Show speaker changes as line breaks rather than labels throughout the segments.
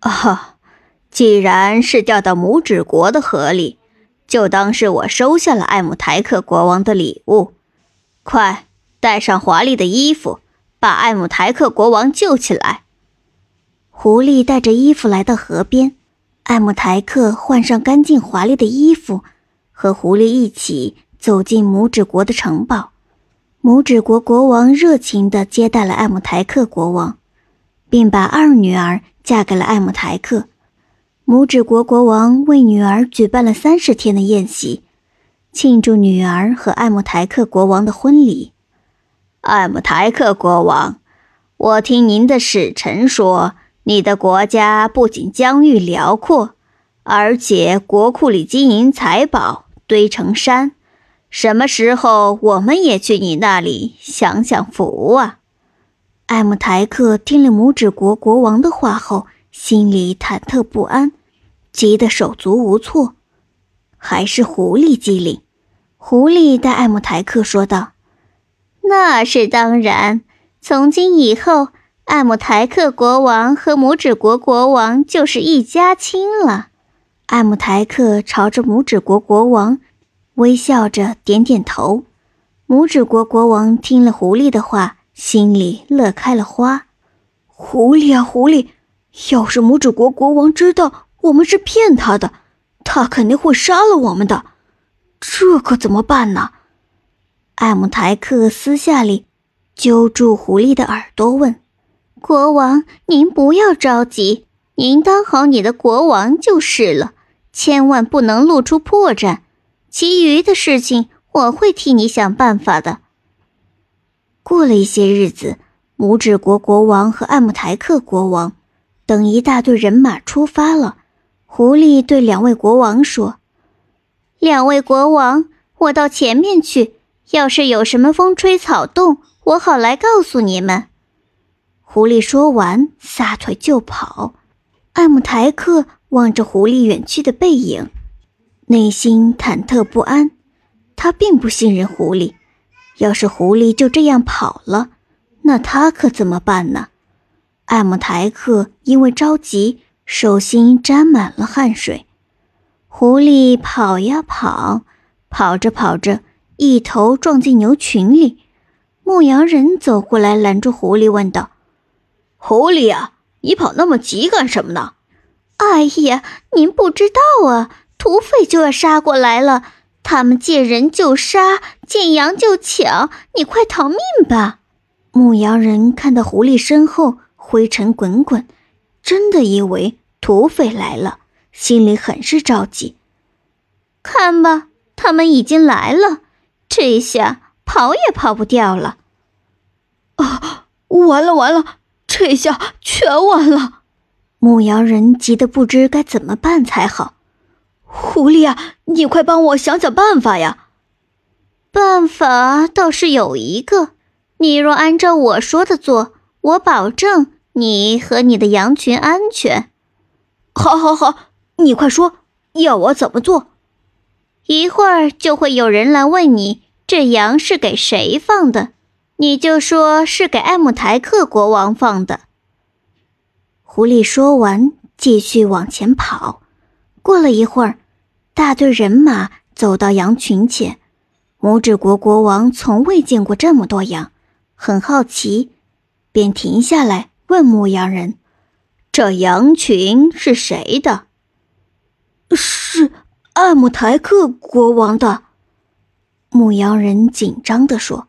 啊，既然是掉到拇指国的河里，就当是我收下了艾姆台克国王的礼物。快，带上华丽的衣服，把艾姆台克国王救起来。
狐狸带着衣服来到河边，艾姆台克换上干净华丽的衣服，和狐狸一起走进拇指国的城堡。拇指国国王热情地接待了艾姆台克国王，并把二女儿嫁给了艾姆台克。拇指国国王为女儿举办了30天的宴席，庆祝女儿和艾姆台克国王的婚礼。
艾姆台克国王，我听您的使臣说，你的国家不仅疆域辽阔，而且国库里金银财宝堆成山。什么时候我们也去你那里享享福啊？
艾姆台克听了拇指国国王的话后，心里忐忑不安，急得手足无措。还是狐狸机灵。狐狸对艾姆台克说道：
那是当然，从今以后，艾姆台克国王和拇指国国王就是一家亲了。
艾姆台克朝着拇指国国王微笑着点点头。拇指国国王听了狐狸的话，心里乐开了花。
狐狸啊狐狸，要是拇指国国王知道我们是骗他的，他肯定会杀了我们的，这可怎么办呢？
艾姆台克私下里揪住狐狸的耳朵问：
国王，您不要着急，您当好你的国王就是了，千万不能露出破绽，其余的事情我会替你想办法的。
过了一些日子，拇指国国王和艾姆台克国王等一大队人马出发了。狐狸对2位国王说：
两位国王，我到前面去，要是有什么风吹草动，我好来告诉你们。
狐狸说完，撒腿就跑。艾姆台克望着狐狸远去的背影，内心忐忑不安。他并不信任狐狸，要是狐狸就这样跑了，那他可怎么办呢？艾姆台克因为着急，手心沾满了汗水。狐狸跑呀跑，跑着跑着，一头撞进牛群里。牧羊人走过来拦住狐狸问道：
狐狸啊，你跑那么急干什么呢？
哎呀，您不知道啊，土匪就要杀过来了，他们见人就杀，见羊就抢，你快逃命吧。
牧羊人看到狐狸身后灰尘滚滚，真的以为土匪来了，心里很是着急。
看吧，他们已经来了，这下跑也跑不掉了。
啊，完了完了，这下全完了。
牧羊人急得不知该怎么办才好。
狐狸啊，你快帮我想想办法呀。
办法倒是有一个，你若按照我说的做，我保证你和你的羊群安全。
好好好，你快说，要我怎么做？
一会儿就会有人来问你，这羊是给谁放的，你就说是给艾姆台克国王放的。
狐狸说完，继续往前跑。过了一会儿，大队人马走到羊群前。拇指国国王从未见过这么多羊，很好奇，便停下来问牧羊人：
这羊群是谁的？
是艾姆台克国王的。
牧羊人紧张地说：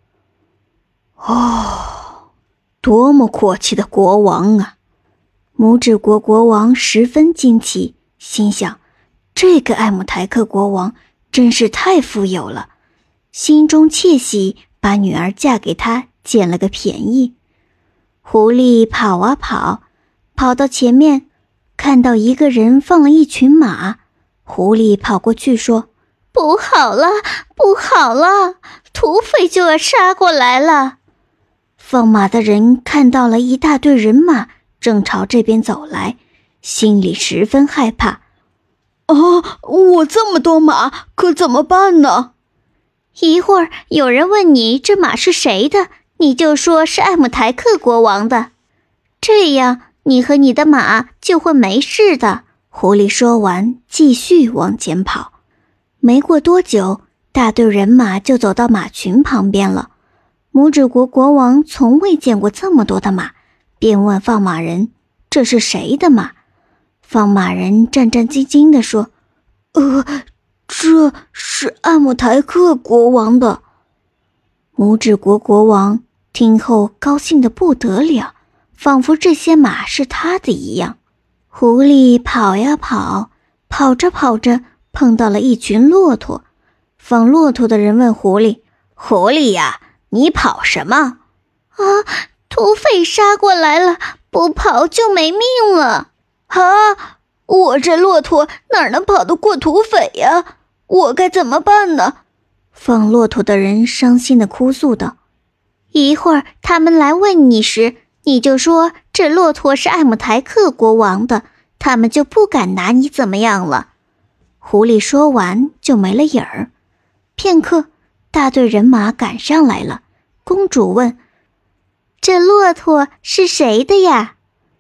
哦，多么阔气的国王啊！
拇指国国王十分惊奇，心想，这个艾姆台克国王真是太富有了，心中窃喜，把女儿嫁给他，捡了个便宜。狐狸跑啊跑，跑到前面，看到一个人放了一群马。狐狸跑过去说：
不好了，不好了，土匪就要杀过来了。
放马的人看到了一大队人马正朝这边走来，心里十分害怕。
我这么多马，可怎么办呢？
一会儿有人问你这马是谁的，你就说是艾姆台克国王的，这样你和你的马就会没事的。
狐狸说完，继续往前跑。没过多久，大队人马就走到马群旁边了。拇指国国王从未见过这么多的马，便问放马人：“这是谁的马？”放马人战战兢兢地说：“
这是艾姆台克国王的。”
拇指国国王听后高兴得不得了，仿佛这些马是他的一样。狐狸跑呀跑，跑着跑着碰到了一群骆驼。放骆驼的人问狐狸：“
狐狸呀，你跑什么？”“
土匪杀过来了，不跑就没命了。”“
我这骆驼哪能跑得过土匪呀？我该怎么办呢？”
放骆驼的人伤心地哭诉道。
一会儿他们来问你时，你就说这骆驼是艾姆台克国王的，他们就不敢拿你怎么样了。”
狐狸说完就没了影儿。片刻，大队人马赶上来了。公主问：“
这骆驼是谁的呀？”“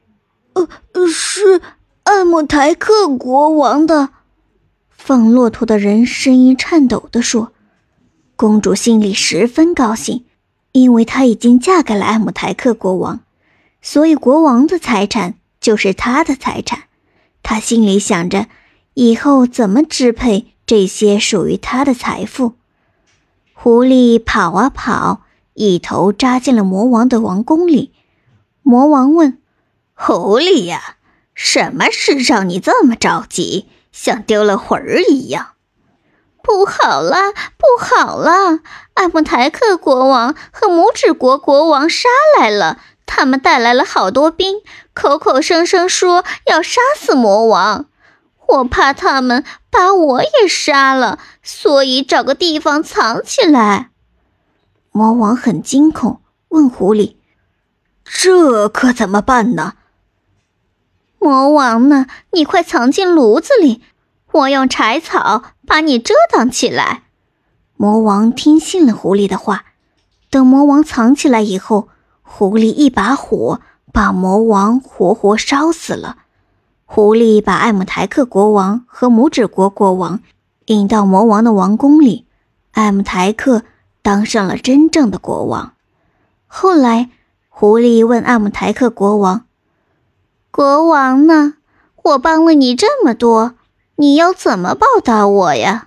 是艾姆台克国王的。”
放骆驼的人声音颤抖地说。公主心里十分高兴，因为她已经嫁给了艾姆台克国王，所以国王的财产就是她的财产。她心里想着，以后怎么支配这些属于她的财富。狐狸跑啊跑，一头扎进了魔王的王宫里。魔王问：“
狐狸呀，什么事让你这么着急，像丢了魂儿一样？”“
不好了，不好了！艾姆台克国王和拇指国国王杀来了，他们带来了好多兵，口口声声说要杀死魔王。我怕他们把我也杀了，所以找个地方藏起来。”
魔王很惊恐，问狐狸：“
这可怎么办呢？”“
魔王呢？你快藏进炉子里，我用柴草把你遮挡起来。”
魔王听信了狐狸的话。等魔王藏起来以后，狐狸一把火把魔王活活烧死了。狐狸把艾姆台克国王和拇指国国王引到魔王的王宫里，艾姆台克当上了真正的国王。后来，狐狸问艾姆台克国王：“
国王呢？我帮了你这么多，你要怎么报答我呀？”“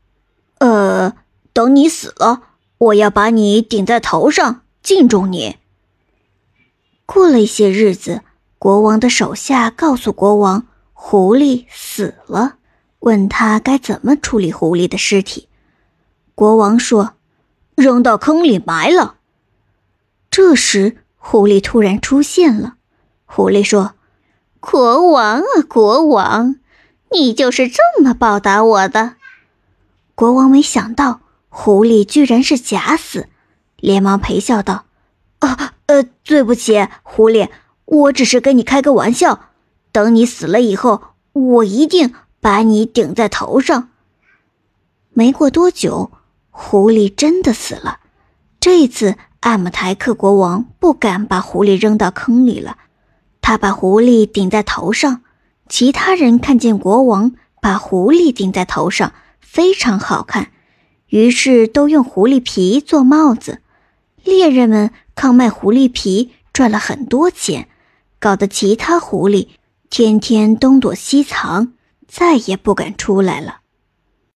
等你死了，我要把你顶在头上，敬重你。”
过了一些日子，国王的手下告诉国王，狐狸死了，问他该怎么处理狐狸的尸体。国王说：“
扔到坑里埋了。”
这时，狐狸突然出现了。狐狸说：“
国王啊，国王，你就是这么报答我的？”
国王没想到狐狸居然是假死，连忙陪笑道：“
对不起，狐狸，我只是跟你开个玩笑。等你死了以后，我一定把你顶在头上。”
没过多久，狐狸真的死了。这次艾姆台克国王不敢把狐狸扔到坑里了，他把狐狸顶在头上。其他人看见国王把狐狸顶在头上，非常好看，于是都用狐狸皮做帽子。猎人们靠卖狐狸皮赚了很多钱，搞得其他狐狸天天东躲西藏，再也不敢出来了。